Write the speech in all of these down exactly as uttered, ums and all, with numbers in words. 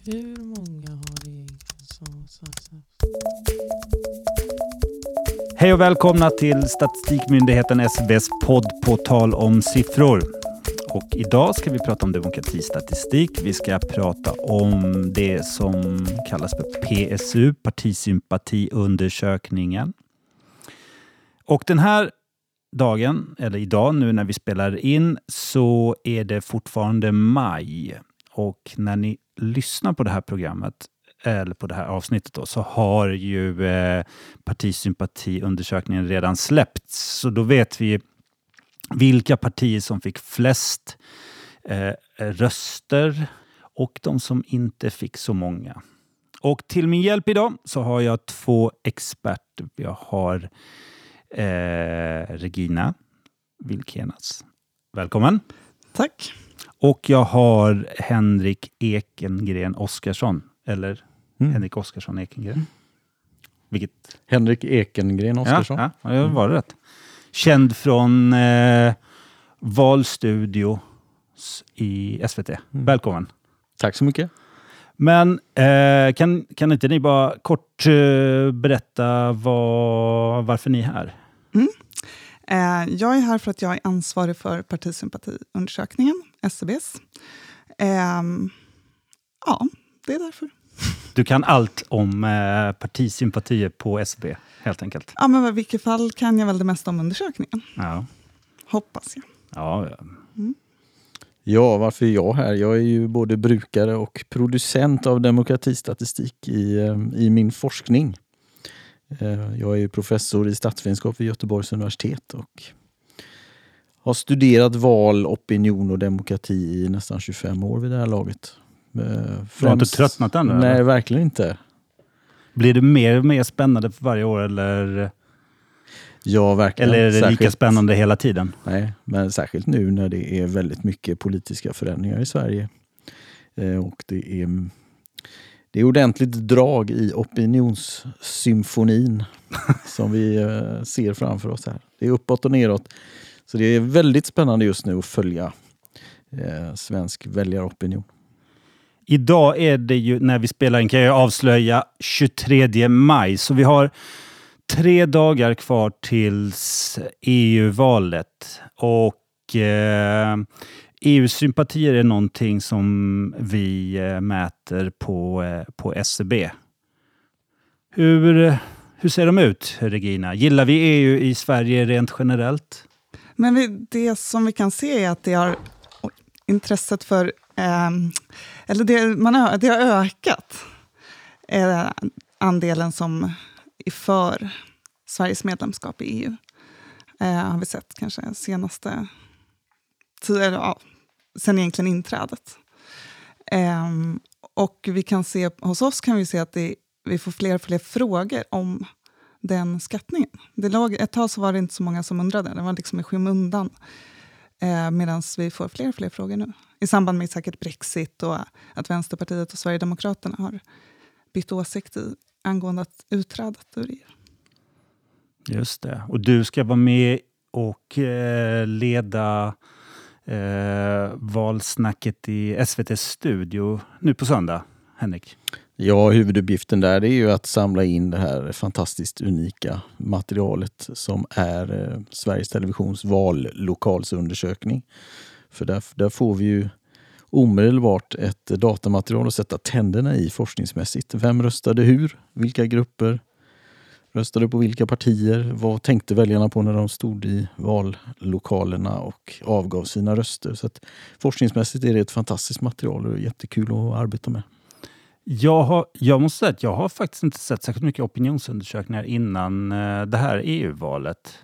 Hur många har egentligen så, så, så. Hej och välkomna till Statistikmyndigheten S C B:s podd på tal om siffror. Och idag ska vi prata om demokratistatistik. Vi ska prata om det som kallas för P S U, partisympatiundersökningen. Och den här dagen, eller idag nu när vi spelar in, så är det fortfarande maj. Och när ni lyssnar på det här programmet, eller på det här avsnittet då, så har ju eh, partisympatiundersökningen redan släppts. Så då vet vi vilka partier som fick flest eh, röster och de som inte fick så många. Och till min hjälp idag så har jag två experter. Jag har eh, Regina Wilkenas. Välkommen. Tack. Och jag har Henrik Ekengren Oskarsson. Eller mm. Henrik Oskarsson Ekengren. Mm. Vilket? Henrik Ekengren Oskarsson. Ja, ja, det var rätt. Känd från eh, Valstudio i S V T. Mm. Välkommen. Tack så mycket. Men eh, kan, kan inte ni bara kort eh, berätta var, varför ni är här? Mm. Eh, jag är här för att jag är ansvarig för partisympatiundersökningen, S C B:s. Eh, ja, det är därför. Du kan allt om eh, partisympatier på S C B, helt enkelt. Ja, men i vilket fall kan jag väl det mesta om undersökningen. Ja. Hoppas jag. Ja, ja. Mm. Ja, varför är jag här? Jag är ju både brukare och producent av demokratistatistik i, i min forskning. Jag är ju professor i statsvetenskap vid Göteborgs universitet och har studerat val, opinion och demokrati i nästan tjugofem år vid det här laget. Främst, du har inte tröttnat än? Nej, eller? Verkligen inte. Blir det mer och mer spännande för varje år eller? Ja, verkligen. Eller är det särskilt, lika spännande hela tiden? Nej, men särskilt nu när det är väldigt mycket politiska förändringar i Sverige. Och det är, det är ordentligt drag i opinionssymfonin som vi ser framför oss här. Det är uppåt och neråt. Så det är väldigt spännande just nu att följa eh, svensk väljaropinion. Idag är det ju, när vi spelar in kan jag avslöja, tjugotredje maj. Så vi har tre dagar kvar tills E U-valet. Och eh, E U-sympatier är någonting som vi eh, mäter på, eh, på S C B. Hur, hur ser de ut, Regina? Gillar vi E U i Sverige rent generellt? Men vi, det som vi kan se är att det har intresset för eh, eller det, man har, det har ökat eh, andelen som är för Sveriges medlemskap i E U. Eh, har vi sett kanske senaste tiden, ja, sen egentligen inträdet. Eh, och vi kan se, hos oss kan vi se att det, vi får fler och fler frågor om den skattningen. Det låg, ett tag så var det inte så många som undrade. Det var liksom i skymundan. Eh, Medan vi får fler och fler frågor nu. I samband med säkert Brexit och att Vänsterpartiet och Sverigedemokraterna har bytt åsikt i angående att utträdet ur E U. Just det. Och du ska vara med och eh, leda eh, valsnacket i S V T:s studio nu på söndag, Henrik. Ja, huvuduppgiften där är ju att samla in det här fantastiskt unika materialet som är eh, Sveriges Televisions vallokalsundersökning. För där, där får vi ju omedelbart ett datamaterial att sätta tänderna i forskningsmässigt. Vem röstade hur? Vilka grupper röstade på vilka partier? Vad tänkte väljarna på när de stod i vallokalerna och avgav sina röster? Så att forskningsmässigt är det ett fantastiskt material och jättekul att arbeta med. Jag, har, jag måste säga att jag har faktiskt inte sett särskilt mycket opinionsundersökningar innan uh, det här E U-valet.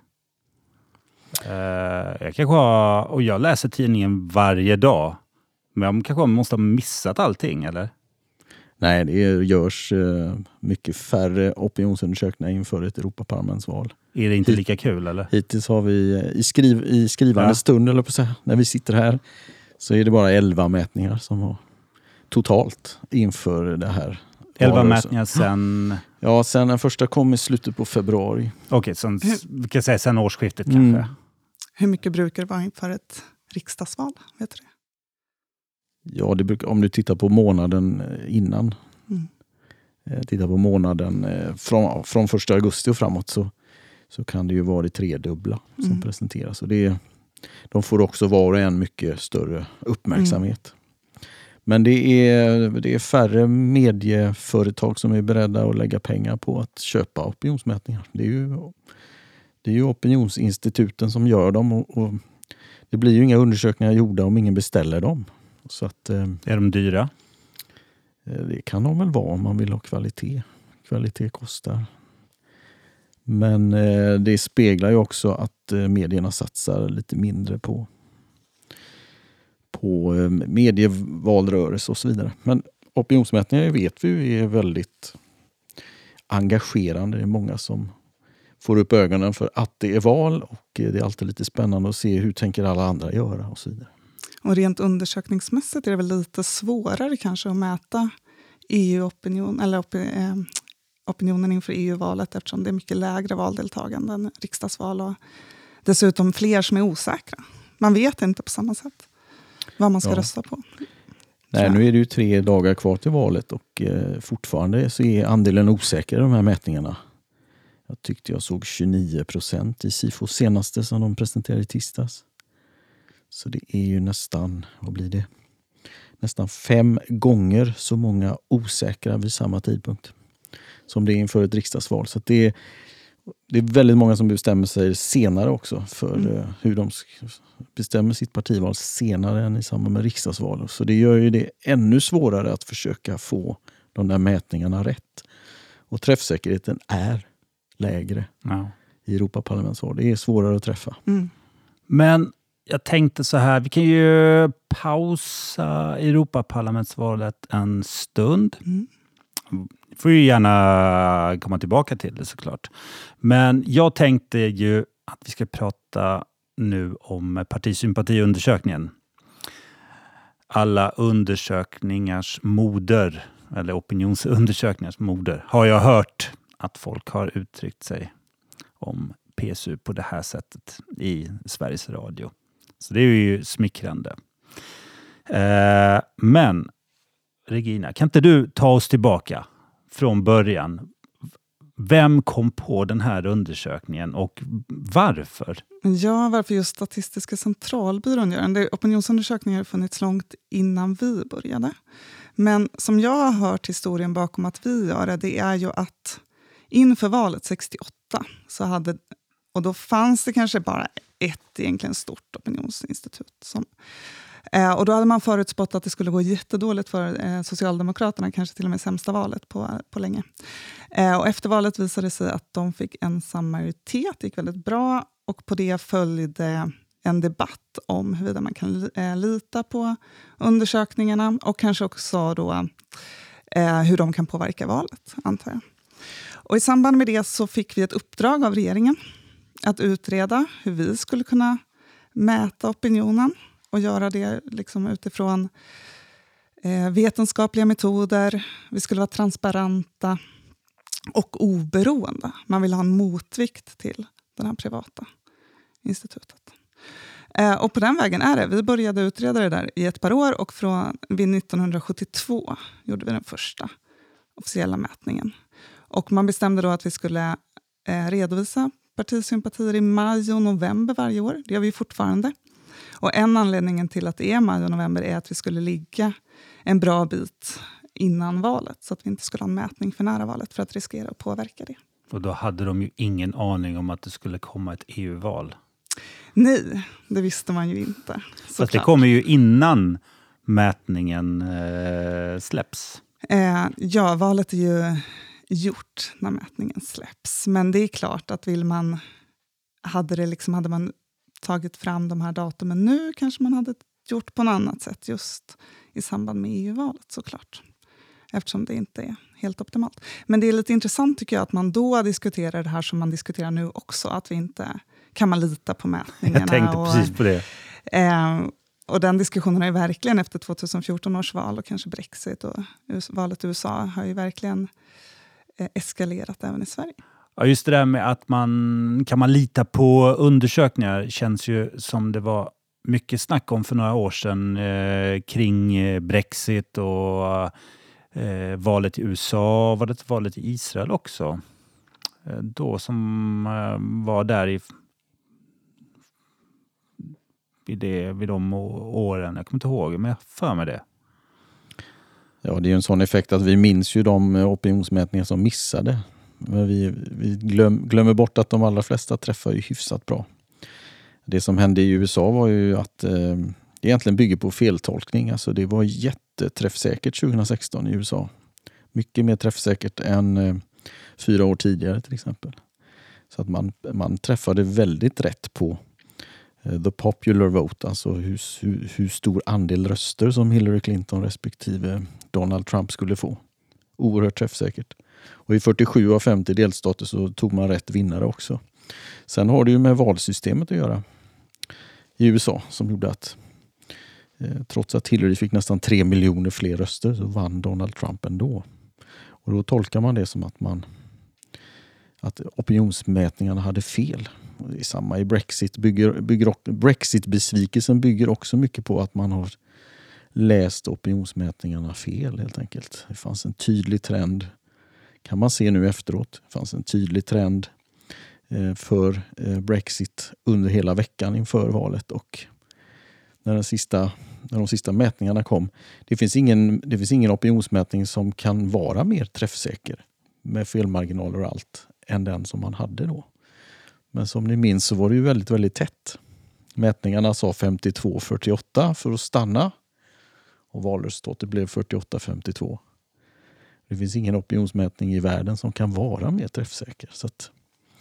Uh, jag kanske har, och jag läser tidningen varje dag. Men jag kanske måste ha missat allting, eller? Nej, det görs uh, mycket färre opinionsundersökningar inför ett Europaparlamentsval. Är det inte Hit, lika kul, eller? Hittills har vi i, skriv, i skrivande ja. stund, eller på så här, när vi sitter här, så är det bara elva mätningar som har totalt inför det här. elva mätningar sen? Ja, sen den första kom i slutet på februari. Okej, okay, vi kan säga sen årsskiftet mm. kanske. Hur mycket brukar det vara inför ett riksdagsval? Vet du det? Ja, det brukar, om du tittar på månaden innan. Mm. Eh, tittar på månaden eh, från, från första augusti och framåt så, så kan det ju vara det tredubbla som Mm. presenteras. Och det, de får också var och en mycket större uppmärksamhet. Mm. Men det är, det är färre medieföretag som är beredda att lägga pengar på att köpa opinionsmätningar. Det är ju, det är ju opinionsinstituten som gör dem och, och det blir ju inga undersökningar gjorda om ingen beställer dem. Så att, eh, Är de dyra? det kan de väl vara om man vill ha kvalitet. Kvalitet kostar. Men eh, det speglar ju också att eh, medierna satsar lite mindre på på eh, medievalrörelse och så vidare. Men opinionsmätningar vet vi är väldigt engagerande. Det är många som får upp ögonen för att det är val och eh, det är alltid lite spännande att se hur tänker alla andra göra och så vidare. Och rent undersökningsmässigt är det väl lite svårare kanske att mäta E U-opinion eller opi- eh, opinionen inför E U-valet eftersom det är mycket lägre valdeltagande än riksdagsval och dessutom fler som är osäkra. Man vet inte på samma sätt vad man ska Ja. rösta på. Nej, nu är det ju tre dagar kvar till valet och eh, fortfarande så är andelen osäker i de här mätningarna. Jag tyckte jag såg tjugonio procent i Sifos senaste som de presenterade i tisdags. Så det är ju nästan, vad blir det? Nästan fem gånger så många osäkra vid samma tidpunkt som det är inför ett riksdagsval. Så att det, är, det är väldigt många som bestämmer sig senare också för Mm. uh, hur de bestämmer sitt partival senare än i samband med riksdagsval. Så det gör ju det ännu svårare att försöka få de där mätningarna rätt. Och träffsäkerheten är lägre Ja. i Europaparlamentsval. Det är svårare att träffa. Mm. Men jag tänkte så här, vi kan ju pausa Europaparlamentsvalet en stund. Mm. Får ju gärna komma tillbaka till det såklart. Men jag tänkte ju att vi ska prata nu om partisympatiundersökningen. Alla undersökningars moder, eller opinionsundersökningars moder, har jag hört att folk har uttryckt sig om P S U på det här sättet i Sveriges Radio. Så det är ju smickrande. Eh, men Regina, kan inte du ta oss tillbaka från början? Vem kom på den här undersökningen och varför? Ja, varför just Statistiska centralbyrån gör den? Det, opinionsundersökningar har funnits långt innan vi började. Men som jag har hört historien bakom att vi gör det, det är ju att inför valet sextioåtta så hade, och då fanns det kanske bara ett egentligen stort opinionsinstitut som Eh, och då hade man förutspått att det skulle gå jättedåligt för eh, Socialdemokraterna, kanske till och med sämsta valet på, på länge. Eh, och efter valet visade det sig att de fick ensam majoritet, det gick väldigt bra och på det följde en debatt om huruvida man kan eh, lita på undersökningarna och kanske också då eh, hur de kan påverka valet, antar jag. Och i samband med det så fick vi ett uppdrag av regeringen att utreda hur vi skulle kunna mäta opinionen och göra det liksom utifrån eh, vetenskapliga metoder. Vi skulle vara transparenta och oberoende. Man vill ha en motvikt till det här privata institutet. Eh, och på den vägen är det. Vi började utreda det där i ett par år och från vid nittonhundrasjuttiotvå gjorde vi den första officiella mätningen. Och man bestämde då att vi skulle eh, redovisa partisympatier i maj och november varje år. Det gör vi fortfarande. Och en anledning till att det är maj och november är att vi skulle ligga en bra bit innan valet. Så att vi inte skulle ha en mätning för nära valet för att riskera att påverka det. Och då hade de ju ingen aning om att det skulle komma ett E U-val. Nej, det visste man ju inte. Fast det kommer ju innan mätningen eh, släpps. Eh, ja, valet är ju gjort när mätningen släpps. Men det är klart att vill man, hade, det liksom, hade man tagit fram de här datumen nu kanske man hade gjort på något annat sätt just i samband med E U-valet såklart. Eftersom det inte är helt optimalt. Men det är lite intressant tycker jag att man då diskuterar det här som man diskuterar nu också. Att vi inte, kan man lita på mätningarna? Jag tänkte och, precis på det. Eh, och den diskussionen är verkligen efter tjugohundrafjorton års val och kanske Brexit och valet i U S A har ju verkligen eh, eskalerat även i Sverige. Ja, just det där med att man kan man lita på undersökningar känns ju som det var mycket snack om för några år sedan eh, kring eh, Brexit och eh, valet i U S A. Var det valet i Israel också? Eh, då som eh, var där i vid, det, vid de åren. Jag kommer inte ihåg, men jag för mig det. Ja, det är ju en sån effekt att vi minns ju de opinionsmätningar som missade. Men vi, vi glöm, glömmer bort att de allra flesta träffar ju hyfsat bra. Det som hände i U S A var ju att eh, det egentligen bygger på feltolkning. Alltså det var jätteträffsäkert tjugohundrasexton i U S A. Mycket mer träffsäkert än eh, fyra år tidigare till exempel. Så att man, man träffade väldigt rätt på eh, the popular vote. Alltså hur, hur, hur stor andel röster som Hillary Clinton respektive Donald Trump skulle få. Oerhört träffsäkert. Och i fyrtiosju av femtio delstater så tog man rätt vinnare också. Sen har det ju med valsystemet att göra i U S A som gjorde att eh, trots att Hillary fick nästan tre miljoner fler röster så vann Donald Trump ändå. Och då tolkar man det som att man att opinionsmätningarna hade fel. Och det är samma i Brexit. Bygger, bygger, Brexit-besvikelsen bygger också mycket på att man har läst opinionsmätningarna fel helt enkelt. Det fanns en tydlig trend, kan man se nu efteråt, det fanns en tydlig trend för Brexit under hela veckan inför valet och när, den sista, när de sista mätningarna kom. Det finns, ingen, det finns ingen opinionsmätning som kan vara mer träffsäker med felmarginaler och allt än den som man hade då. Men som ni minns så var det ju väldigt, väldigt tätt. Mätningarna sa femtiotvå fyrtioåtta för att stanna och valresultatet blev fyrtioåtta femtiotvå. Det finns ingen opinionsmätning i världen som kan vara mer träffsäker. Så att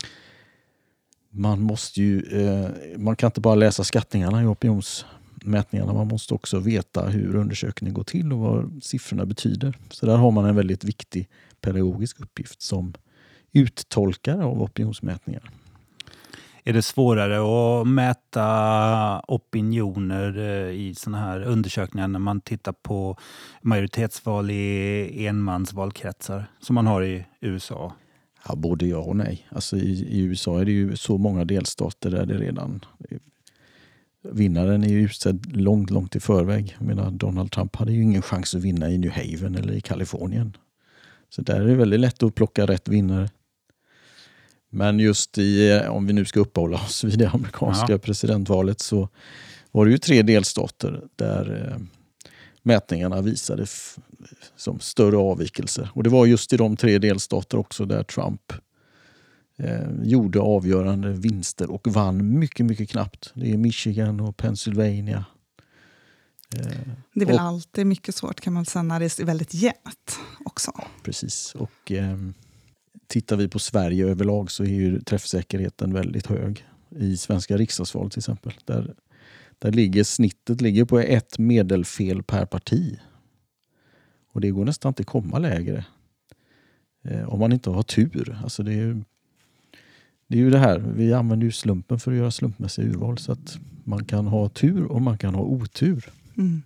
man måste ju, eh, man kan inte bara läsa skattningarna i opinionsmätningarna. Man måste också veta hur undersökningen går till och vad siffrorna betyder. Så där har man en väldigt viktig pedagogisk uppgift som uttolkare av opinionsmätningar. Är det svårare att mäta opinioner i såna här undersökningar när man tittar på majoritetsval i enmansvalkretsar som man har i U S A? Ja, både ja och nej. Alltså i, i U S A är det ju så många delstater där det redan... Vinnaren är ju utsedd långt, långt i förväg. Jag menar, Donald Trump hade ju ingen chans att vinna i New Haven eller i Kalifornien. Så där är det väldigt lätt att plocka rätt vinnare. Men just i, om vi nu ska uppehålla oss vid det amerikanska ja. presidentvalet så var det ju tre delstater där eh, mätningarna visade f- som större avvikelser. Och det var just i de tre delstater också där Trump eh, gjorde avgörande vinster och vann mycket, mycket knappt. Det är Michigan och Pennsylvania. Eh, det är väl och, alltid mycket svårt kan man säga när det är väldigt jämnt också. Precis, och... Eh, Tittar vi på Sverige överlag så är ju träffsäkerheten väldigt hög. I svenska riksdagsval till exempel. Där, där ligger snittet ligger på ett medelfel per parti. Och det går nästan inte komma lägre. Eh, om man inte har tur. Alltså det är ju det, är ju det här. Vi använder ju slumpen för att göra slumpmässiga urval. Så att man kan ha tur och man kan ha otur. Mm.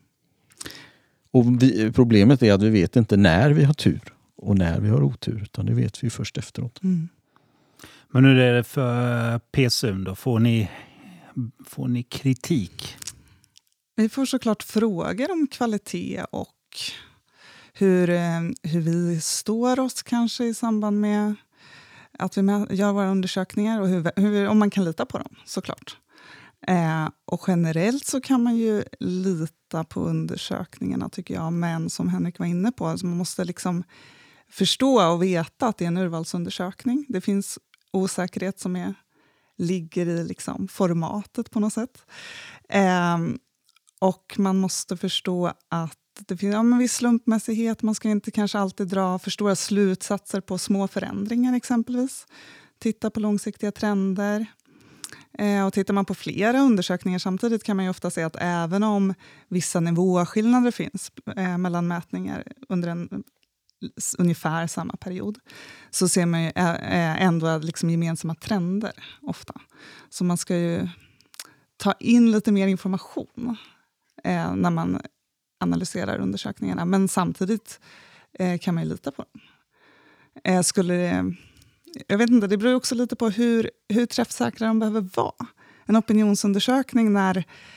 Och vi, problemet är att vi vet inte när vi har tur. Och när vi har otur, utan det vet vi först efteråt. Mm. Men hur är det för P S U då? Får ni, får ni kritik? Vi får såklart frågor om kvalitet och hur, hur vi står oss kanske i samband med att vi gör våra undersökningar och hur, hur, om man kan lita på dem, såklart. Eh, och generellt så kan man ju lita på undersökningarna tycker jag, men som Henrik var inne på, alltså man måste liksom förstå och veta att det är en urvalsundersökning. Det finns osäkerhet som är, ligger i liksom formatet på något sätt. Eh, och man måste förstå att det finns ja, men viss slumpmässighet. Man ska inte kanske alltid dra för stora slutsatser på små förändringar exempelvis. Titta på långsiktiga trender. Eh, och tittar man på flera undersökningar samtidigt kan man ju ofta se att även om vissa nivåskillnader finns eh, mellan mätningar under en ungefär samma period så ser man ju eh, ändå liksom gemensamma trender ofta. Så man ska ju ta in lite mer information eh, när man analyserar undersökningarna. Men samtidigt eh, kan man ju lita på dem. Eh, skulle det, jag vet inte, det beror också lite på hur, hur träffsäkra de behöver vara. En opinionsundersökning när,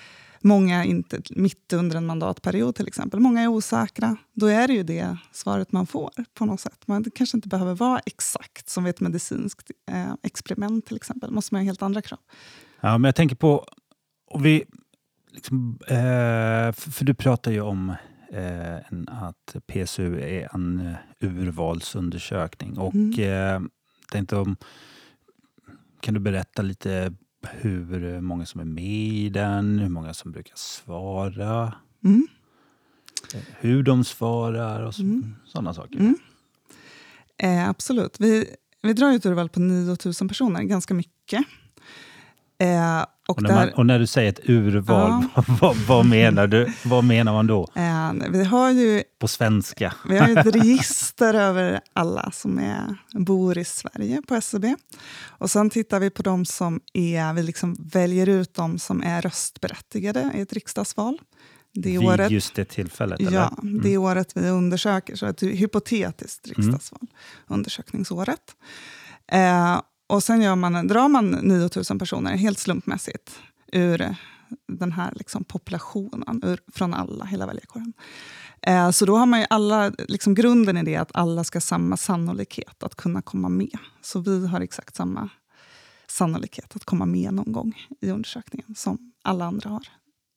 många inte mitt under en mandatperiod till exempel. Många är osäkra. Då är det ju det svaret man får på något sätt. Man kanske inte behöver vara exakt som vid ett medicinskt eh, experiment till exempel. Måste man ha helt andra krav. Ja, men jag tänker på... Och vi, liksom, eh, för, för du pratar ju om eh, en, att P S U är en uh, urvalsundersökning. Och Mm. eh, tänkte om... Kan du berätta lite hur många som är med i den? Hur många som brukar svara? Mm. Hur de svarar och så, Mm. sådana saker. Mm. Eh, absolut. Vi, vi drar ju ett urval på nio tusen personer, ganska mycket. Eh, och, Och när, där, man, och när du säger ett urval, Ja. vad, vad, menar du? Vad menar man då? eh, vi har ju På svenska. Vi har ett register över alla som är, bor i Sverige på S C B. Och sen tittar vi på de som är, vi liksom väljer ut de som är röstberättigade i ett riksdagsval. Det Vid året, just det tillfället? Eller? ja, Mm. det året vi undersöker, så ett hypotetiskt riksdagsval, mm. undersökningsåret. Eh, och sen gör man, drar man nio tusen personer helt slumpmässigt ur den här liksom populationen, ur, från alla, hela väljarkåren. Eh, så då har man ju alla, liksom grunden i det att alla ska ha samma sannolikhet att kunna komma med. Så vi har exakt samma sannolikhet att komma med någon gång i undersökningen som alla andra har.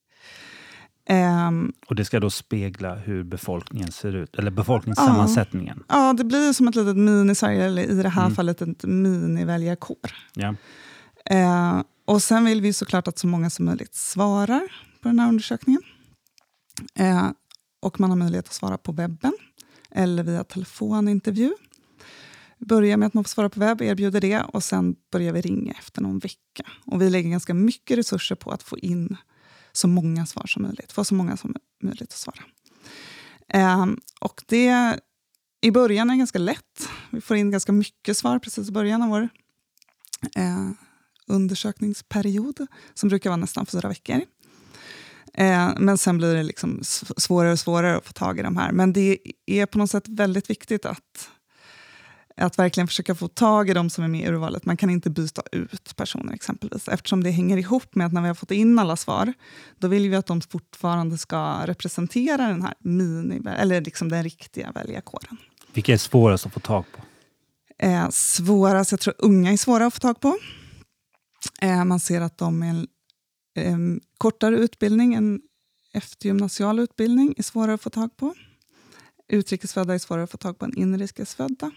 Eh, Och det ska då spegla hur befolkningen ser ut, eller befolkningssammansättningen? Ja, ja det blir som ett litet mini-Sverige, eller i det här Mm. fallet ett mini-väljarkår. Ja. Eh, och sen vill vi såklart att så många som möjligt svarar på den här undersökningen. Eh, och man har möjlighet att svara på webben eller via telefonintervju. Börjar med att man får svara på webb, erbjuder det, och sen börjar vi ringa efter någon vecka. Och vi lägger ganska mycket resurser på att få in så många svar som möjligt. Få så många som möjligt att svara. Eh, och det i början är ganska lätt. Vi får in ganska mycket svar precis i början av vår eh, undersökningsperiod, som brukar vara nästan fyra veckor. Eh, men sen blir det liksom svårare och svårare att få tag i de här. Men det är på något sätt väldigt viktigt att, att verkligen försöka få tag i de som är med i urvalet. Man kan inte byta ut personer exempelvis, eftersom det hänger ihop med att när vi har fått in alla svar, då vill vi att de fortfarande ska representera den här mini, eller liksom den riktiga väljarkåren. Vilka är svårast att få tag på? Eh, svårast, jag tror unga är svåra att få tag på. Eh, man ser att de är en eh, kortare utbildning, en eftergymnasial utbildning är svårare att få tag på. Utrikesfödda är svårare att få tag på än inrikesfödda.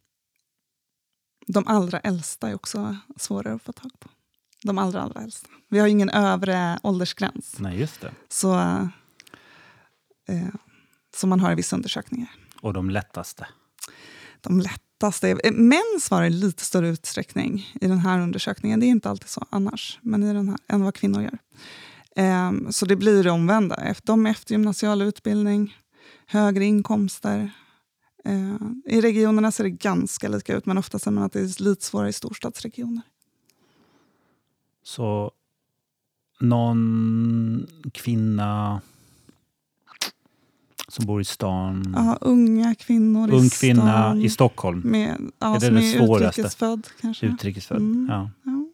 De allra äldsta är också svårare att få tag på. De allra, allra äldsta. Vi har ingen övre åldersgräns. Nej, just det. Så, eh, som man har i vissa undersökningar. Och de lättaste? De lättaste. Män svarar i lite större utsträckning i den här undersökningen. Det är inte alltid så annars, men i den här, än vad kvinnor gör. Um, så det blir det omvända. De efter gymnasial utbildning, högre inkomster. Uh, I regionerna ser det ganska lika ut, men ofta ser man att det är lite svårare i storstadsregioner. Så någon kvinna som bor i stan. Ja, unga kvinnor Ung i kvinna stan. i Stockholm. Med, ja, Är det som det är svåraste? utrikesfödd kanske. Utrikesfödd, Mm. ja. Ja.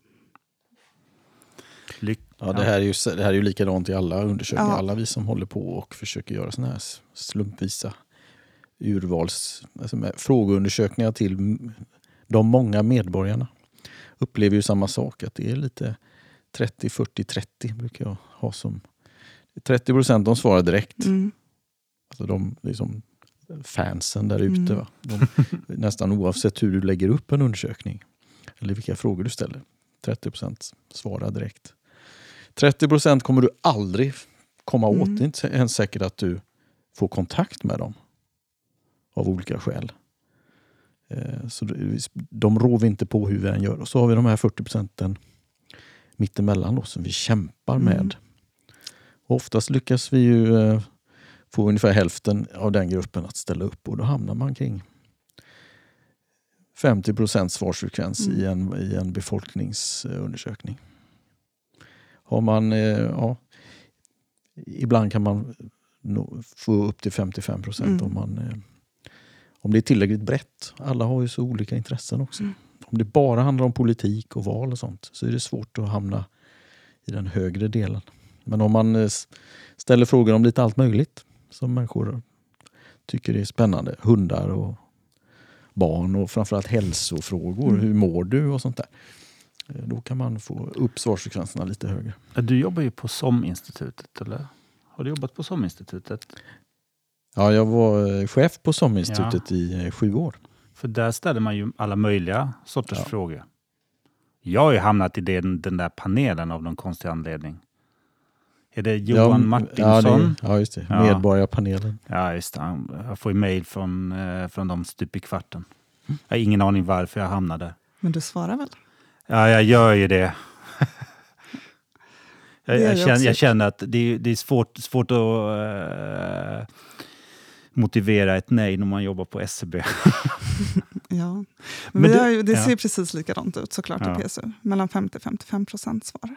Ja, det här är ju, det här är ju likadant i alla undersökningar. Ja. Alla vi som håller på och försöker göra såna här slumpvisa urvals, alltså med frågeundersökningar till de många medborgarna, upplever ju samma sak. Att det är lite trettio fyrtio trettio brukar jag ha som. trettio procent de svarar direkt. Mm. Alltså de liksom fansen där ute. Mm. Va? De, nästan oavsett hur du lägger upp en undersökning eller vilka frågor du ställer. trettio procent svarar direkt. trettio procent kommer du aldrig komma åt. Mm. Det är inte ens säkert att du får kontakt med dem av olika skäl. Eh, så de rår vi inte på hur vi än gör. Och så har vi de här fyrtio procenten mittemellan då, som vi kämpar Mm. med. Och oftast lyckas vi ju eh, få ungefär hälften av den gruppen att ställa upp, och då hamnar man kring femtio procent svarsfrekvens Mm. i, en, i en befolkningsundersökning. Har man, eh, ja, ibland kan man nå, få upp till femtiofem procent Mm. om man eh, om det är tillräckligt brett. Alla har ju så olika intressen också. Mm. Om det bara handlar om politik och val och sånt, så är det svårt att hamna i den högre delen. Men om man eh, ställer frågor om lite allt möjligt som människor tycker är spännande, hundar och barn och framförallt hälsofrågor, mm. hur mår du och sånt där. Då kan man få upp svarsfrekvenserna lite högre. Du jobbar ju på S O M-institutet, eller? Har du jobbat på S O M-institutet? Ja, jag var chef på S O M-institutet ja. i sju år. För där ställer man ju alla möjliga sorters ja. frågor. Jag har ju hamnat i den, den där panelen av någon konstig anledning. Är det Johan ja, Martinsson? Ja, det, ja, just det. Ja. Medborgarpanelen. Ja, just det. Jag får ju mejl från, eh, från dem stup i kvarten. Jag har ingen aning varför jag hamnade där. Men du svarar väl? Ja, jag gör ju det. jag, det jag, känner, jag känner att det, det är svårt, svårt att uh, motivera ett nej när man jobbar på S C B. ja, men, men vi det, har ju, det ja. ser precis likadant ut såklart ja. i P S U. Mellan femtio till femtiofem procent svarar.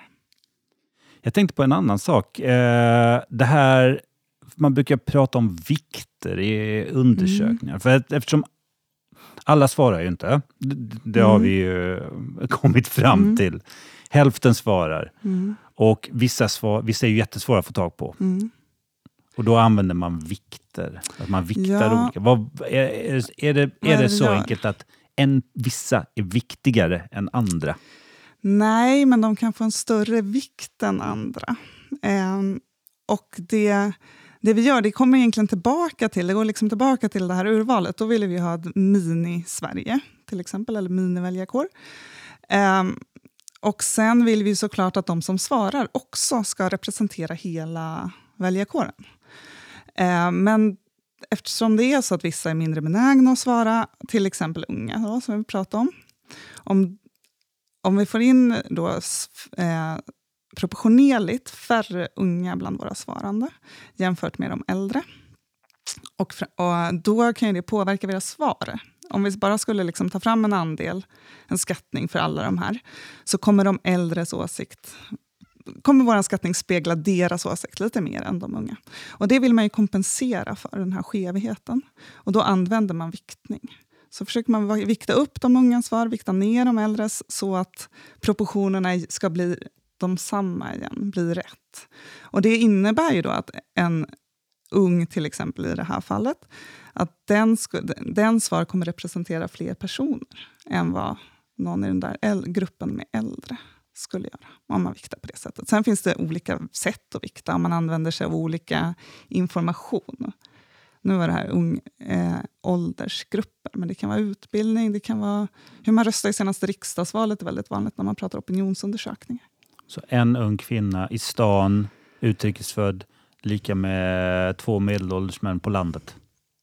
Jag tänkte på en annan sak. Uh, det här, man brukar prata om vikter i undersökningar. Mm. För att, eftersom alla svarar ju inte. Det, det mm. har vi ju kommit fram mm. till. Hälften svarar. Mm. Och vissa, svar, vissa är ju jättesvåra att få tag på. Mm. Och då använder man vikter. Att man viktar ja. olika. Vad, är, är, är det, är det, det så gör? enkelt att en, vissa är viktigare än andra? Nej, men de kan få en större vikt än andra. Um, och det... Det vi gör, det kommer egentligen tillbaka till, det går liksom tillbaka till det här urvalet. Då ville vi ha ett mini-Sverige till exempel, eller mini-väljarkår. Um, och sen vill vi såklart att de som svarar också ska representera hela väljarkåren. Um, men eftersom det är så att vissa är mindre benägna att svara, till exempel unga då, som vi pratar om. Om, om vi får in då... Eh, proportionerligt färre unga bland våra svarande jämfört med de äldre. Och, och då kan det påverka våra svar. Om vi bara skulle liksom ta fram en andel, en skattning för alla de här, så kommer de äldres åsikt, kommer vår skattning spegla deras åsikt lite mer än de unga. Och det vill man ju kompensera för, den här skevheten. Och då använder man viktning. Så försöker man vikta upp de ungas svar, vikta ner de äldres så att proportionerna ska bli de samma igen, blir rätt. Och det innebär ju då att en ung till exempel i det här fallet, att den, sku- den svar kommer representera fler personer än vad någon i den där äl- gruppen med äldre skulle göra, om man viktar på det sättet. Sen finns det olika sätt att vikta, om man använder sig av olika information. Nu var det här ung eh, åldersgrupper, men det kan vara utbildning, det kan vara hur man röstar i senaste riksdagsvalet, är väldigt vanligt när man pratar opinionsundersökningar. Så en ung kvinna i stan, utrikesfödd, lika med två medelålders män på landet.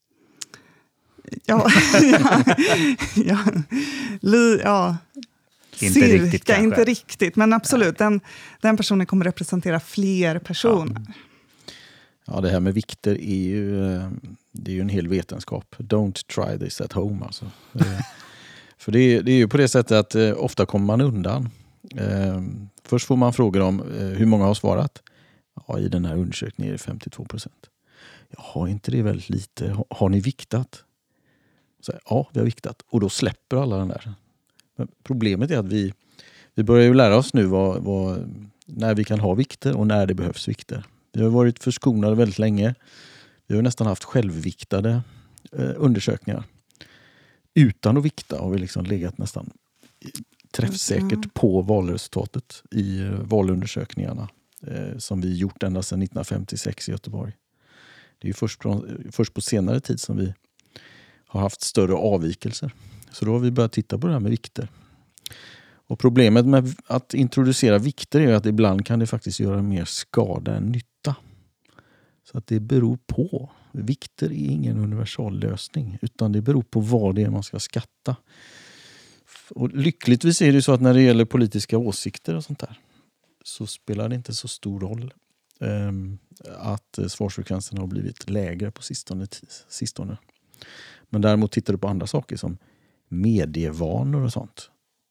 Ja, ja, ja, Li, ja. Inte cirka, riktigt kanske. Inte riktigt, men absolut. Den, den personen kommer representera fler personer. Ja. ja, det här med vikter är ju, det är ju en hel vetenskap. Don't try this at home. Alltså. För det är, det är ju på det sättet att eh, ofta kommer man undan. Eh, först får man frågor om eh, hur många har svarat. Ja, i den här undersökningen är det femtiotvå procent. Jaha, inte det väldigt lite? Har, har ni viktat? Så, ja, vi har viktat. Och då släpper alla den där. Men problemet är att vi, vi börjar ju lära oss nu vad, vad, när vi kan ha vikter och när det behövs vikter. Vi har varit förskonade väldigt länge. Vi har nästan haft självviktade eh, undersökningar. Utan att vikta har vi liksom legat nästan träffsäkert mm. på valresultatet i eh, valundersökningarna eh, som vi gjort ända sedan nittonhundrafemtiosex i Göteborg. Det är ju först på, först på senare tid som vi har haft större avvikelser. Så då har vi börjat titta på det här med vikter. Och problemet med att introducera vikter är att ibland kan det faktiskt göra mer skada än nytta. Så att det beror på. Vikter är ingen universal lösning, utan det beror på vad det är man ska skatta. Och lyckligtvis är det så att när det gäller politiska åsikter och sånt där så spelar det inte så stor roll um, att svarsfrekvensen har blivit lägre på sistone, sistone. Men däremot tittar du på andra saker som medievanor och sånt.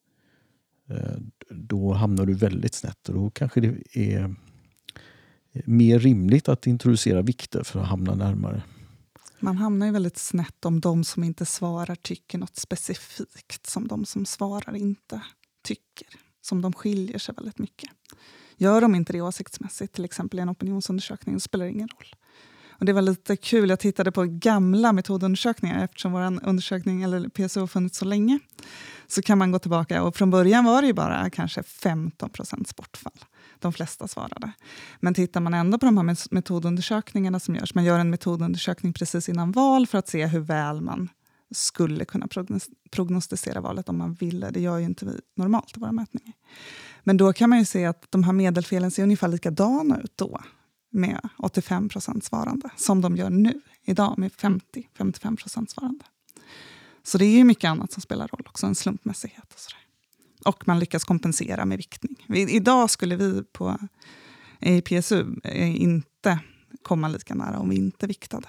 Då hamnar du väldigt snett och då kanske det är mer rimligt att introducera vikter för att hamna närmare. Man hamnar ju väldigt snett om de som inte svarar tycker något specifikt som de som svarar inte tycker. Som de skiljer sig väldigt mycket. Gör de inte det åsiktsmässigt, till exempel i en opinionsundersökning, så spelar det ingen roll. Och det var lite kul, jag tittade på gamla metodundersökningar eftersom vår undersökning, eller P S O, har funnits så länge. Så kan man gå tillbaka, och från början var det ju bara kanske femton procent bortfall. De flesta svarade. Men tittar man ändå på de här metodundersökningarna som görs, man gör en metodundersökning precis innan val för att se hur väl man skulle kunna prognostisera valet om man ville. Det gör ju inte vi normalt i våra mätningar. Men då kan man ju se att de här medelfelen ser ungefär likadana ut då, med åttiofem procent svarande, som de gör nu, idag med femtio till femtiofem procent svarande. Så det är ju mycket annat som spelar roll också, en slumpmässighet och sådär. Och man lyckas kompensera med viktning. Vi, idag skulle vi på i P S U inte komma lika nära om vi inte viktade.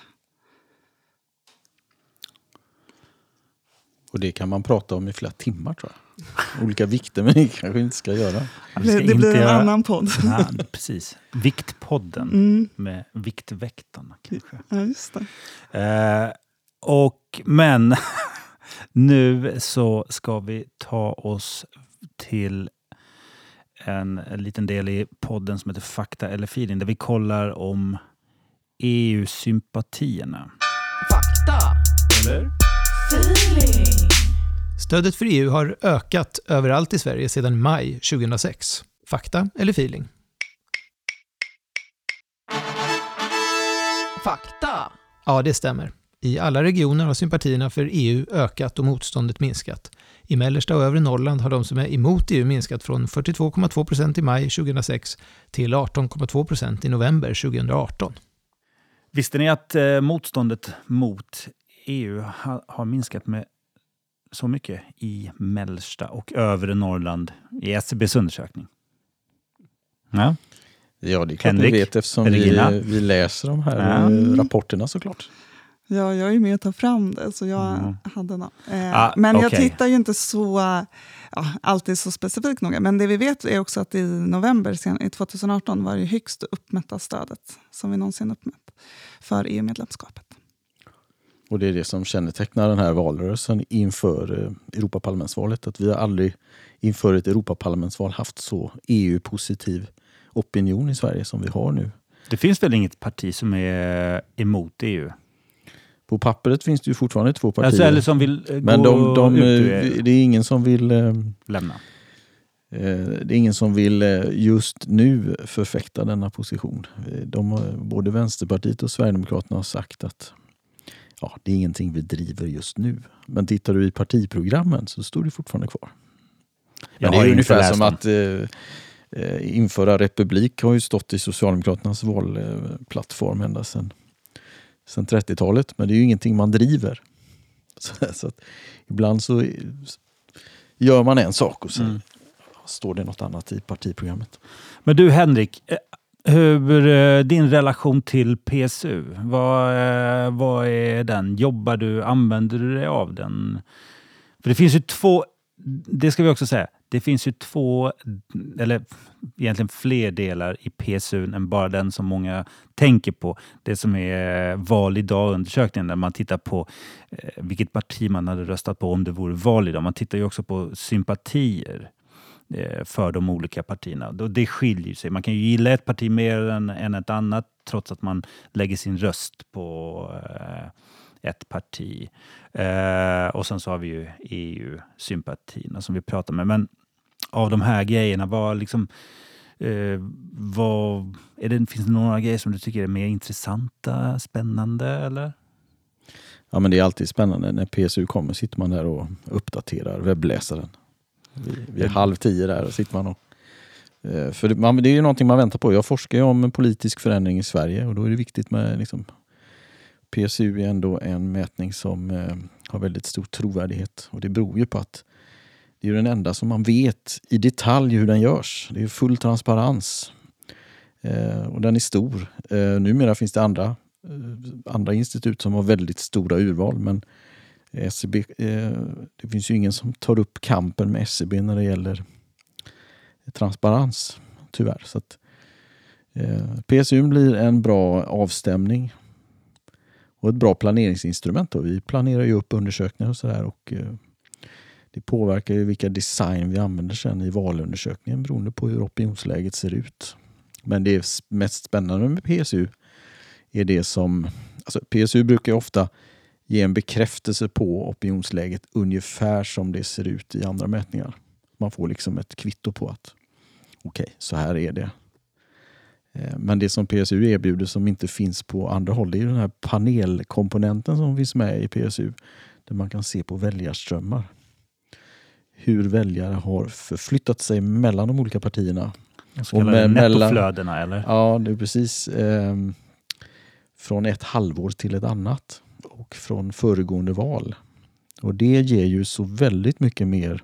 Och det kan man prata om i flera timmar, tror jag. Olika vikter, men det kanske inte ska göra. Ja, det, det blir en göra... annan podd. Ja, precis. Viktpodden mm. med Viktväktarna kanske. Ja, just det. Eh, och, men nu så ska vi ta oss till en, en liten del i podden som heter Fakta eller feeling, där vi kollar om E U-sympatierna. Fakta eller feeling. Stödet för E U har ökat överallt i Sverige sedan maj tjugohundrasex. Fakta eller feeling? Fakta. Ja, det stämmer. I alla regioner har sympatierna för E U ökat och motståndet minskat. I mellersta och övre Norrland har de som är emot E U minskat från fyrtiotvå komma två procent i maj tjugohundrasex till arton komma två procent i november tjugohundraarton. Visste ni att eh, motståndet mot E U ha, har minskat med så mycket i mellersta och övre Norrland i S C B:s undersökning? Ja, ja det är klart Henrik, vi vet eftersom vi, vi läser de här ja. rapporterna såklart. Ja, jag är med att ta fram det, så jag mm. hade något. Eh, ah, men okay. jag tittar ju inte så ja, alltid så specifikt noga. Men det vi vet är också att i november sen, i tjugoarton var det högst uppmätta stödet som vi någonsin uppmätt för E U-medlemskapet. Och det är det som kännetecknar den här valrörelsen inför eh, Europaparlamentsvalet. Att vi har aldrig inför ett Europaparlamentsval haft så E U-positiv opinion i Sverige som vi har nu. Det finns väl inget parti som är emot E U? På pappret finns det ju fortfarande två partier. Alltså, eller som vill gå men de, de, ut det är ingen som vill eh, lämna. Eh, det är ingen som vill eh, just nu förfäkta denna position. De, både Vänsterpartiet och Sverigedemokraterna har sagt att ja, det är ingenting vi driver just nu. Men tittar du i partiprogrammen så står det fortfarande kvar. Men det är ungefär som dem. att eh, införa republik har ju stått i Socialdemokraternas valplattform ända sedan sedan trettiotalet, men det är ju ingenting man driver. Så, så att ibland så gör man en sak och så mm. står det något annat i partiprogrammet. Men du Henrik, hur din relation till P S U, vad, vad är den? Jobbar du, använder du dig av den? För det finns ju två, det ska vi också säga, det finns ju två, eller egentligen fler delar i P S U än bara den som många tänker på. Det som är val idag-undersökningen, där man tittar på eh, vilket parti man hade röstat på om det vore val idag. Man tittar ju också på sympatier eh, för de olika partierna. Och det skiljer sig. Man kan ju gilla ett parti mer än, än ett annat trots att man lägger sin röst på eh, ett parti. Eh, och sen så har vi ju E U-sympatierna som vi pratar med. Men av de här grejerna, vad liksom, eh, vad, är det, finns det några grejer som du tycker är mer intressanta, spännande eller? Ja, men det är alltid spännande. När P S U kommer sitter man där och uppdaterar webbläsaren. Vid, vid halv tio där sitter man och... Eh, för det, man, det är ju någonting man väntar på. Jag forskar ju om en politisk förändring i Sverige och då är det viktigt med liksom, P S U är ändå en mätning som eh, har väldigt stor trovärdighet. Och det beror ju på att det är den enda som man vet i detalj hur den görs. Det är full transparens. Eh, och den är stor. Eh, numera finns det andra, eh, andra institut som har väldigt stora urval. Men S C B, eh, det finns ju ingen som tar upp kampen med S C B när det gäller transparens. Tyvärr. Så att, eh, P S U blir en bra avstämning. Och ett bra planeringsinstrument. Då. Vi planerar ju upp undersökningar och sådär. Och eh, Det påverkar ju vilka design vi använder sen i valundersökningen beroende på hur opinionsläget ser ut. Men det mest spännande med P S U är det som... Alltså P S U brukar ju ofta ge en bekräftelse på opinionsläget ungefär som det ser ut i andra mätningar. Man får liksom ett kvitto på att okej, okay, så här är det. Men det som P S U erbjuder som inte finns på andra håll, det är den här panelkomponenten som finns med i P S U. Där man kan se på väljarströmmar. Hur väljare har förflyttat sig mellan de olika partierna. Och med, nettoflödena eller? Ja, det är precis. Eh, från ett halvår till ett annat. Och från föregående val. Och det ger ju så väldigt mycket mer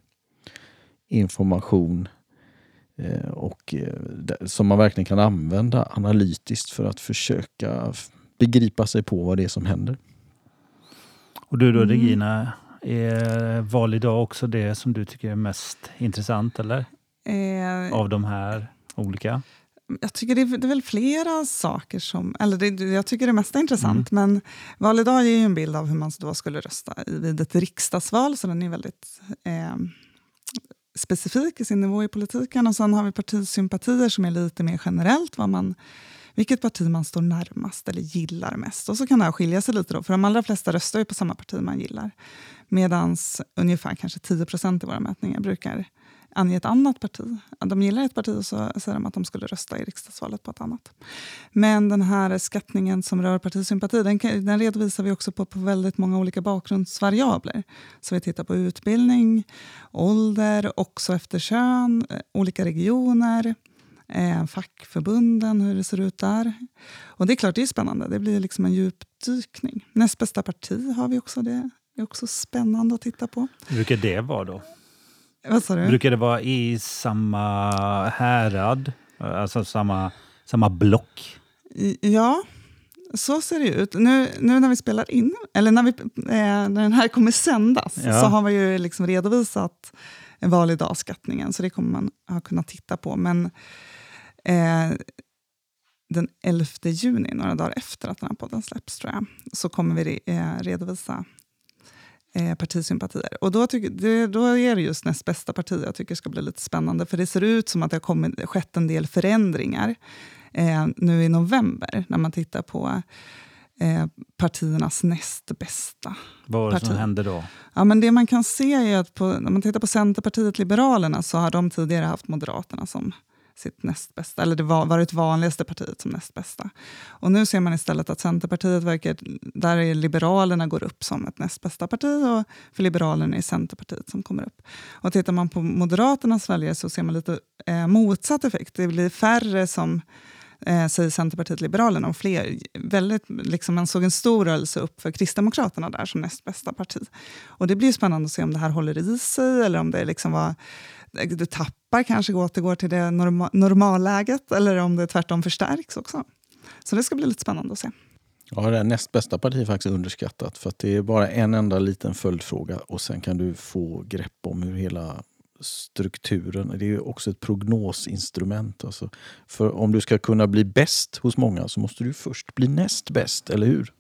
information eh, och eh, som man verkligen kan använda analytiskt för att försöka begripa sig på vad det är som händer. Och du då, Regina, är val idag också det som du tycker är mest intressant, eller? Eh, Av de här olika? Jag tycker det är, det är väl flera saker som... Eller det, jag tycker det mesta är intressant, mm. men val idag ger ju en bild av hur man då skulle rösta vid ett riksdagsval, så den är väldigt eh, specifik i sin nivå i politiken. Och sen har vi partisympatier som är lite mer generellt, vad man... vilket parti man står närmast eller gillar mest. Och så kan det här skilja sig lite då. För de allra flesta röstar ju på samma parti man gillar. Medan ungefär kanske tio procent i våra mätningar brukar ange ett annat parti. De gillar ett parti och så säger de att de skulle rösta i riksdagsvalet på ett annat. Men den här skattningen som rör partisympati, den, den redovisar vi också på, på väldigt många olika bakgrundsvariabler. Så vi tittar på utbildning, ålder, också efter kön, olika regioner, Eh, fackförbunden, hur det ser ut där. Och det är klart, det är spännande. Det blir liksom en djupdykning. Näst bästa parti har vi också. Det är också spännande att titta på. Brukar det vara då? Vad sa du? Brukar det vara i samma härad? Alltså samma, samma block? Ja, så ser det ut. Nu, nu när vi spelar in, eller när, vi, eh, när den här kommer sändas, ja. Så har vi ju liksom redovisat val idag-skattningen. Så det kommer man ha kunnat titta på. Men Eh, den elfte juni, några dagar efter att den här podden släpps, tror jag, så kommer vi re, eh, redovisa eh, partisympatier. Och då, tycker, det, då är det just näst bästa parti jag tycker ska bli lite spännande. För det ser ut som att det har kommit, skett en del förändringar eh, nu i november när man tittar på eh, partiernas näst bästa. Vad var det parti. som hände då? Ja, men det man kan se är att på, när man tittar på Centerpartiet Liberalerna, så har de tidigare haft Moderaterna som sitt näst bästa, eller det var varit vanligaste partiet som näst bästa. Och nu ser man istället att Centerpartiet verkar, där är Liberalerna går upp som ett näst bästa parti, och för Liberalerna är Centerpartiet som kommer upp. Och tittar man på Moderaternas väljare så ser man lite eh, motsatt effekt. Det blir färre som eh, säger Centerpartiet Liberalerna och fler. Väldigt, liksom, man såg en stor rörelse upp för Kristdemokraterna där som näst bästa parti. Och det blir spännande att se om det här håller i sig, eller om det liksom var du tappar, kanske återgår till det norma- normalläget, eller om det tvärtom förstärks också. Så det ska bli lite spännande att se. Ja, det är näst bästa parti faktiskt underskattat, för att det är bara en enda liten följdfråga och sen kan du få grepp om hur hela strukturen, det är också ett prognosinstrument. Alltså, för om du ska kunna bli bäst hos många så måste du först bli näst bäst, eller hur?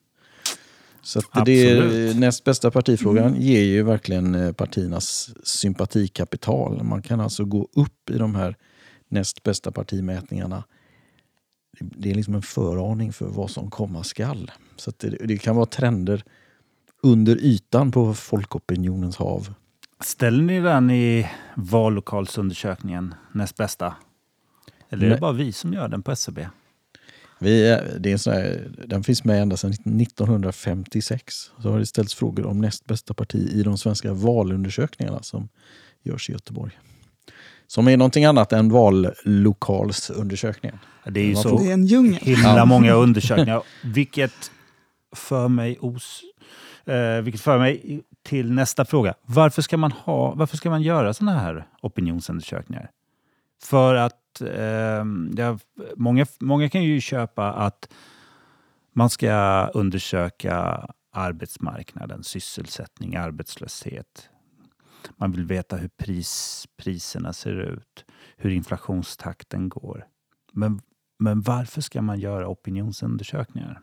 Så att det är, näst bästa partifrågan mm. ger ju verkligen partiernas sympatikapital. Man kan alltså gå upp i de här näst bästa partimätningarna. Det är liksom en föraning för vad som komma skall. Så att det, det kan vara trender under ytan på folkopinionens hav. Ställer ni den i vallokalsundersökningen näst bästa? Eller är det bara vi som gör den på S C B? Vi är, det är en sån här, den finns med ända sedan nittonhundrafemtiosex. Så har det ställts frågor om näst bästa parti i de svenska valundersökningarna som görs i Göteborg. Som är någonting annat än vallokalsundersökningen. Det är ju det så är en djungel. himla många undersökningar. Vilket för mig os, eh, vilket för mig till nästa fråga. Varför ska man ha, varför ska man göra såna här opinionsundersökningar? För att eh, ja, många, många kan ju köpa att man ska undersöka arbetsmarknaden, sysselsättning, arbetslöshet. Man vill veta hur pris, priserna ser ut, hur inflationstakten går. Men, men varför ska man göra opinionsundersökningar?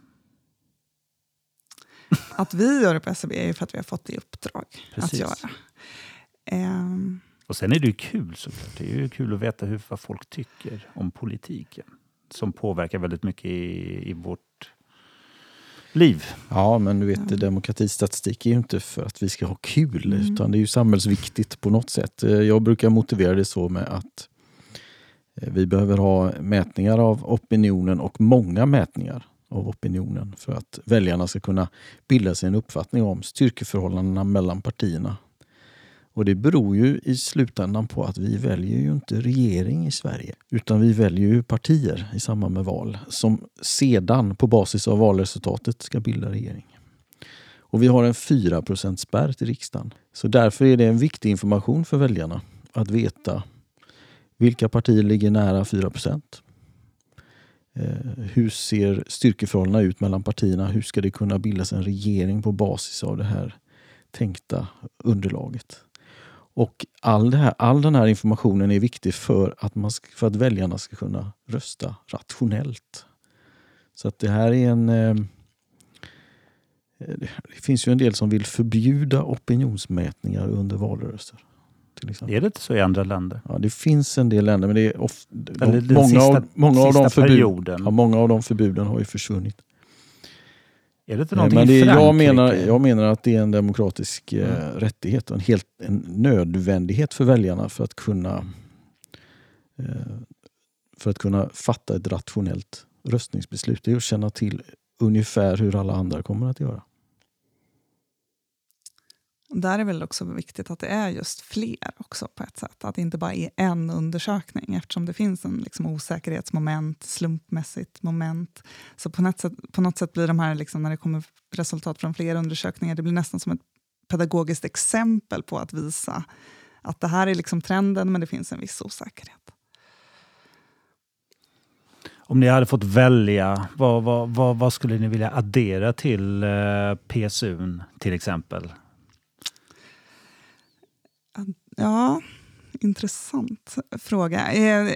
Att vi gör det på S C B är ju för att vi har fått det i uppdrag Precis. att göra. Ehm, Och sen är det ju kul såklart. Det är ju kul att veta hur, vad folk tycker om politiken. Som påverkar väldigt mycket i, i vårt liv. Ja, men du vet, demokratistatistik är ju inte för att vi ska ha kul, Mm. utan det är ju samhällsviktigt på något sätt. Jag brukar motivera det så med att vi behöver ha mätningar av opinionen och många mätningar av opinionen för att väljarna ska kunna bilda sig en uppfattning om styrkeförhållandena mellan partierna. Och det beror ju i slutändan på att vi väljer ju inte regering i Sverige, utan vi väljer ju partier i samband med val som sedan på basis av valresultatet ska bilda regering. Och vi har en fyra procent spärr till riksdagen. Så därför är det en viktig information för väljarna att veta vilka partier ligger nära fyra procent. Eh, hur ser styrkeförhållandena ut mellan partierna? Hur ska det kunna bildas en regering på basis av det här tänkta underlaget? Och all, det här, all den här informationen är viktig för att, man ska, för att väljarna ska kunna rösta rationellt. Så att det här är en... Eh, det finns ju en del som vill förbjuda opinionsmätningar under valrörelser. Till exempel. Är det inte så i andra länder? Ja, det finns en del länder, men det är ofta, de, Eller den många, sista, av, många, av de förbud, perioden. ja, många av de förbuden har ju försvunnit. Är det inte Eh, någonting Men det, i jag, Frankrike? menar, jag menar att det är en demokratisk eh, Mm. rättighet och en, helt, en nödvändighet för väljarna för att kunna eh, för att kunna fatta ett rationellt röstningsbeslut. Det är att känna till ungefär hur alla andra kommer att göra. Där är väl också viktigt att det är just fler också på ett sätt. Att det inte bara är en undersökning, eftersom det finns en liksom osäkerhetsmoment, slumpmässigt moment. Så på något sätt, på något sätt blir de här, liksom, när det kommer resultat från fler undersökningar, det blir nästan som ett pedagogiskt exempel på att visa att det här är liksom trenden, men det finns en viss osäkerhet. Om ni hade fått välja, vad, vad, vad, vad skulle ni vilja addera till eh, P S U n till exempel? Ja, intressant fråga. Eh,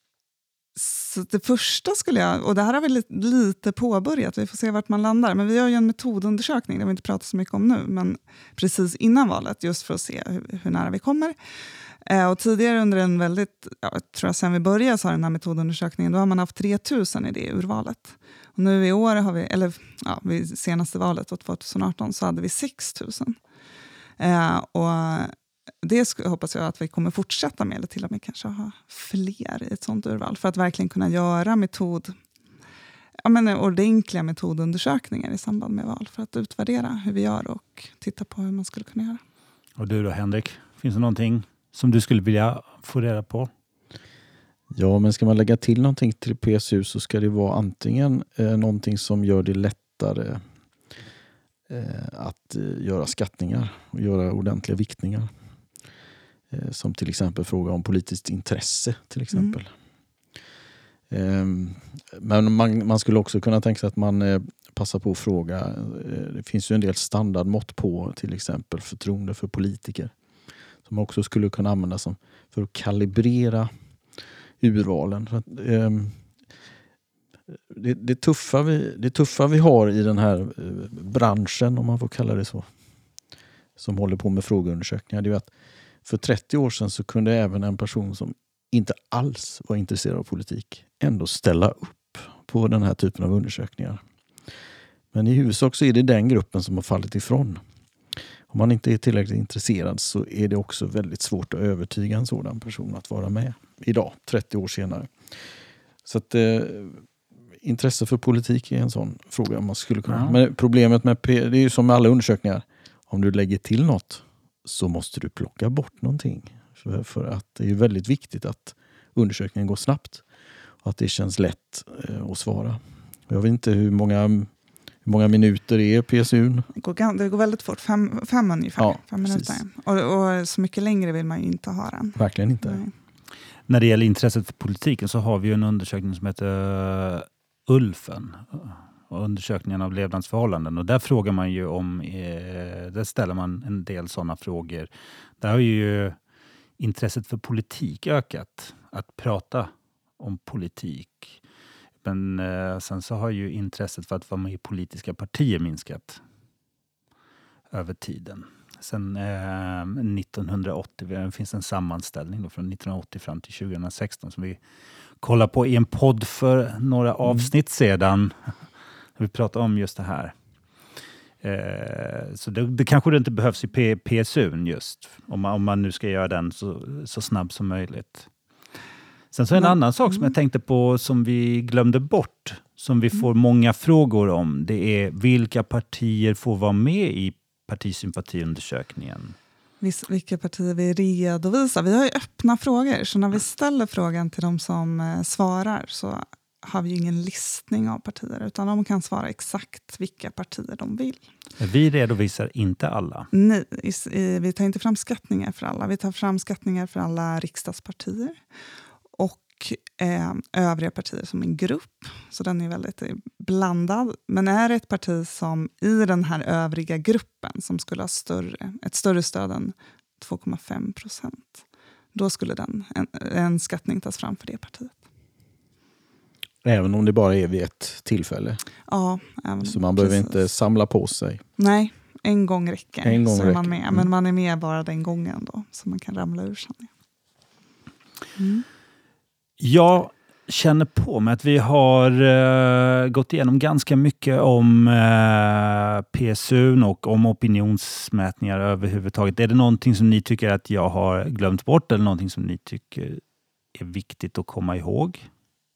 Så det första skulle jag, och det här har vi lite, lite påbörjat, vi får se vart man landar, men vi har ju en metodundersökning, det har vi inte pratat så mycket om nu, men precis innan valet, just för att se hur, hur nära vi kommer. Eh, och tidigare under en väldigt, ja, jag tror jag sen vi började så har den här metodundersökningen, då har man haft tre tusen i det urvalet. Och nu i år har vi, eller ja, vid senaste valet då, tjugo arton, så hade vi sex tusen. Eh, och det sk- hoppas jag att vi kommer fortsätta med, eller till och med kanske ha fler i ett sånt urval, för att verkligen kunna göra metod, ja, men ordentliga metodundersökningar i samband med val, för att utvärdera hur vi gör och titta på hur man skulle kunna göra. Och du då, Henrik? Finns det någonting som du skulle vilja få reda på? Ja, men ska man lägga till någonting till P S U så ska det vara antingen eh, någonting som gör det lättare eh, att eh, göra skattningar och göra ordentliga viktningar. Eh, som till exempel fråga om politiskt intresse till exempel. Mm. Eh, men man, man skulle också kunna tänka sig att man eh, passar på att fråga. Eh, det finns ju en del standardmått på till exempel förtroende för politiker. Som också skulle kunna användas som, för att kalibrera urvalen. För att, eh, det, det, tuffa vi, det tuffa vi har i den här eh, branschen, om man får kalla det så, som håller på med frågeundersökningar, det är att för trettio år sedan så kunde även en person som inte alls var intresserad av politik ändå ställa upp på den här typen av undersökningar. Men i huvudsak så är det den gruppen som har fallit ifrån. Om man inte är tillräckligt intresserad så är det också väldigt svårt att övertyga en sådan person att vara med idag, trettio år senare. Så att eh, intresse för politik är en sån fråga man skulle kunna. Ja. Men problemet med P- det är ju som med alla undersökningar. Om du lägger till något så måste du plocka bort någonting. För, för att det är ju väldigt viktigt att undersökningen går snabbt och att det känns lätt eh, att svara. Jag vet inte hur många, hur många minuter är P S U n? Det går, det går väldigt fort, fem, fem ungefär. Ja, fem minuter. Och, och så mycket längre vill man ju inte ha den. Verkligen inte. Nej. När det gäller intresset för politiken så har vi ju en undersökning som heter Ulfen. Och undersökningen av levnadsförhållanden. Och där frågar man ju om, eh, där ställer man en del sådana frågor. Där har ju intresset för politik ökat. Att prata om politik. Men eh, sen så har ju intresset för att vara med i politiska partier minskat över tiden. sen eh, nittonhundraåttio. Det finns en sammanställning då från nittonhundraåttio fram till tjugohundrasexton som vi kollade på i en podd för några avsnitt sedan. Vi pratade om just det här. Eh, så det, det kanske det inte behövs i P- PSUn just. Om man, om man nu ska göra den så, så snabb som möjligt. Sen så är en Men, annan sak som jag tänkte på som vi glömde bort. Som vi får många frågor om. Det är vilka partier får vara med i partisympatiundersökningen. Vis- vilka partier vi redovisar. Vi har ju öppna frågor, så när vi ställer frågan till de som eh, svarar så har vi ju ingen listning av partier, utan de kan svara exakt vilka partier de vill. Vi redovisar inte alla. Nej, i, i, vi tar inte fram skattningar för alla. Vi tar fram skattningar för alla riksdagspartier och eh, övriga partier som en grupp. Så den är väldigt eh, blandad. Men är det ett parti som i den här övriga gruppen som skulle ha större, ett större stöd än två komma fem procent, då skulle den, en, en skattning tas fram för det partiet. Även om det bara är vid ett tillfälle. Ja, även, Så man behöver precis. inte samla på sig. Nej, en gång räcker. En gång så är räcker. man med. Mm. Men man är med bara den gången då, så man kan ramla ur sen. Mm. Jag känner på mig att vi har uh, gått igenom ganska mycket om uh, P S U och om opinionsmätningar överhuvudtaget. Är det någonting som ni tycker att jag har glömt bort eller någonting som ni tycker är viktigt att komma ihåg?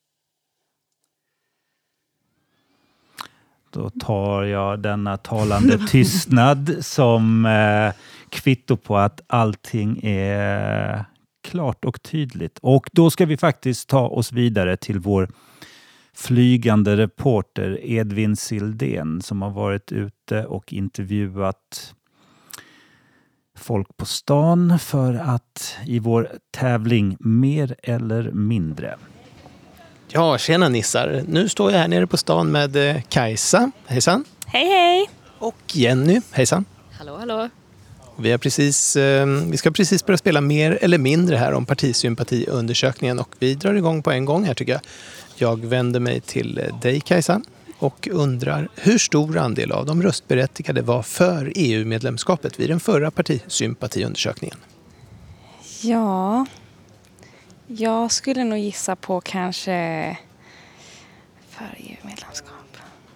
Då tar jag denna talande tystnad som eh, kvitto på att allting är klart och tydligt. Och då ska vi faktiskt ta oss vidare till vår flygande reporter Edvin Sildén som har varit ute och intervjuat folk på stan för att i vår tävling Mer eller mindre. Ja, tjena nissar. Nu står jag här nere på stan med eh, Kajsa. Hejsan. Hej hej! Och Jenny. Hejsan. Hallå hallå! Vi, har precis, eh, vi ska precis börja spela Mer eller mindre här om partisympatiundersökningen och vi drar igång på en gång här tycker jag. Jag vänder mig till dig Kajsa och undrar hur stor andel av de röstberättigade var för E U-medlemskapet vid den förra partisympatiundersökningen? Ja, jag skulle nog gissa på kanske för E U-medlemskap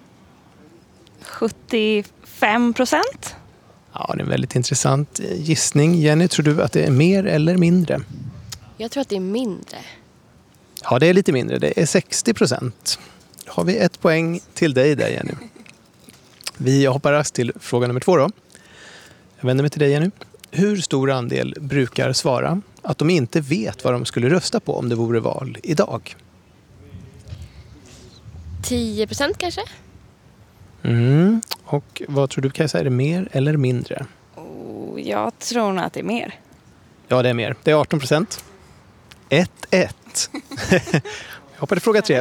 sjuttiofem procent. Ja, det är en väldigt intressant gissning. Jenny, tror du att det är mer eller mindre? Jag tror att det är mindre. Ja, det är lite mindre. Det är sextio procent. Har vi ett poäng till dig där, Jenny. Vi hoppar raskt till fråga nummer två då. Jag vänder mig till dig, Jenny. Hur stor andel brukar svara att de inte vet vad de skulle rösta på om det vore val idag? tio procent kanske? Mm. Och vad tror du Kajsa, är det mer eller mindre? Oh, jag tror nog att det är mer. Ja, det är mer. Det är arton procent. ett ett. Jag hoppar till fråga tre.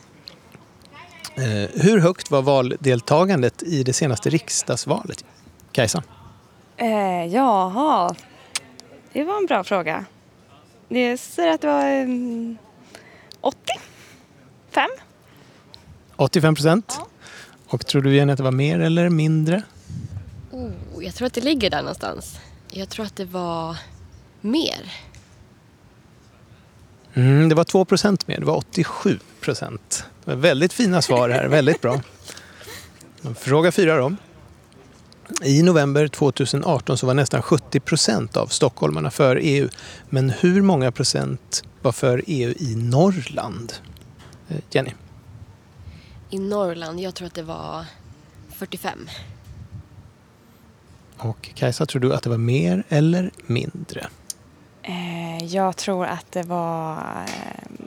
Eh, hur högt var valdeltagandet i det senaste riksdagsvalet? Kajsa? Eh, jaha, det var en bra fråga. Det säger att det var um, åttiofem. åttiofem procent. Ja. Och tror du igen att det var mer eller mindre? Oh, jag tror att det ligger där någonstans. Jag tror att det var mer. Mm, det var två procent mer. Det var åttiosju procent. Det var väldigt fina svar här. Väldigt bra. Fråga fyra då. I november tjugoarton så var nästan sjuttio procent av stockholmarna för E U. Men hur många procent var för E U i Norrland? Jenny? I Norrland, jag tror att det var fyrtiofem. Och Kajsa, tror du att det var mer eller mindre? Eh, jag tror att det var... Eh,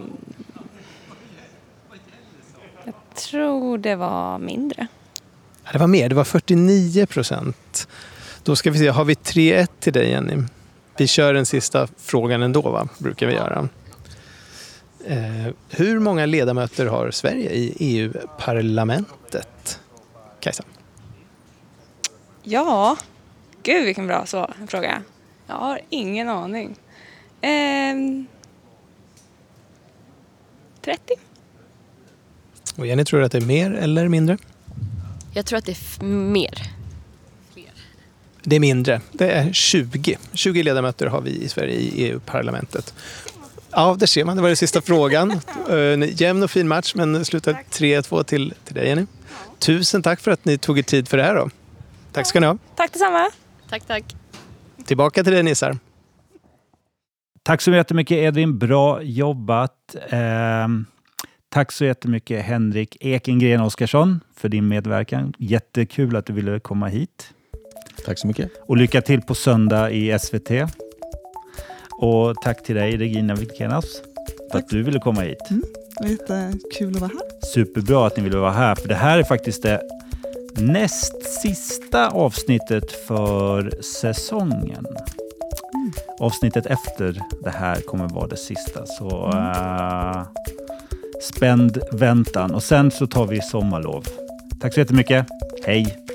jag tror det var mindre. Det var mer, det var fyrtionio procent. Då ska vi se, har vi tre ett till dig Jenny? Vi kör den sista frågan ändå va, brukar vi göra. Eh, hur många ledamöter har Sverige i E U-parlamentet? Kajsa? Ja, gud vilken bra så, fråga. Jag har ingen aning. Eh, trettio. Och Jenny, tror du att det är mer eller mindre? Jag tror att det är f- mer. Det är mindre. Det är tjugo. tjugo ledamöter har vi i Sverige i E U-parlamentet. Ja, där ser man. Det var den sista frågan. Uh, jämn och fin match, men slutar tre två till, till dig, Jenny. Tusen tack för att ni tog er tid för det här då. Tack ska ni ha. Tack detsamma. Tack, tack. Tillbaka till dig, Nissar. Tack så jättemycket, Edvin. Bra jobbat. Eh, tack så jättemycket, Henrik Ekengren Oskarsson, för din medverkan. Jättekul att du ville komma hit. Tack så mycket. Och lycka till på söndag i S V T. Och tack till dig, Regina Wittkenas, för att du ville komma hit. Mm, lite kul att vara här. Superbra att ni ville vara här, för det här är faktiskt det näst sista avsnittet för säsongen. Mm. Avsnittet efter det här kommer vara det sista. Så uh, spänd väntan. Och sen så tar vi sommarlov. Tack så jättemycket. Hej!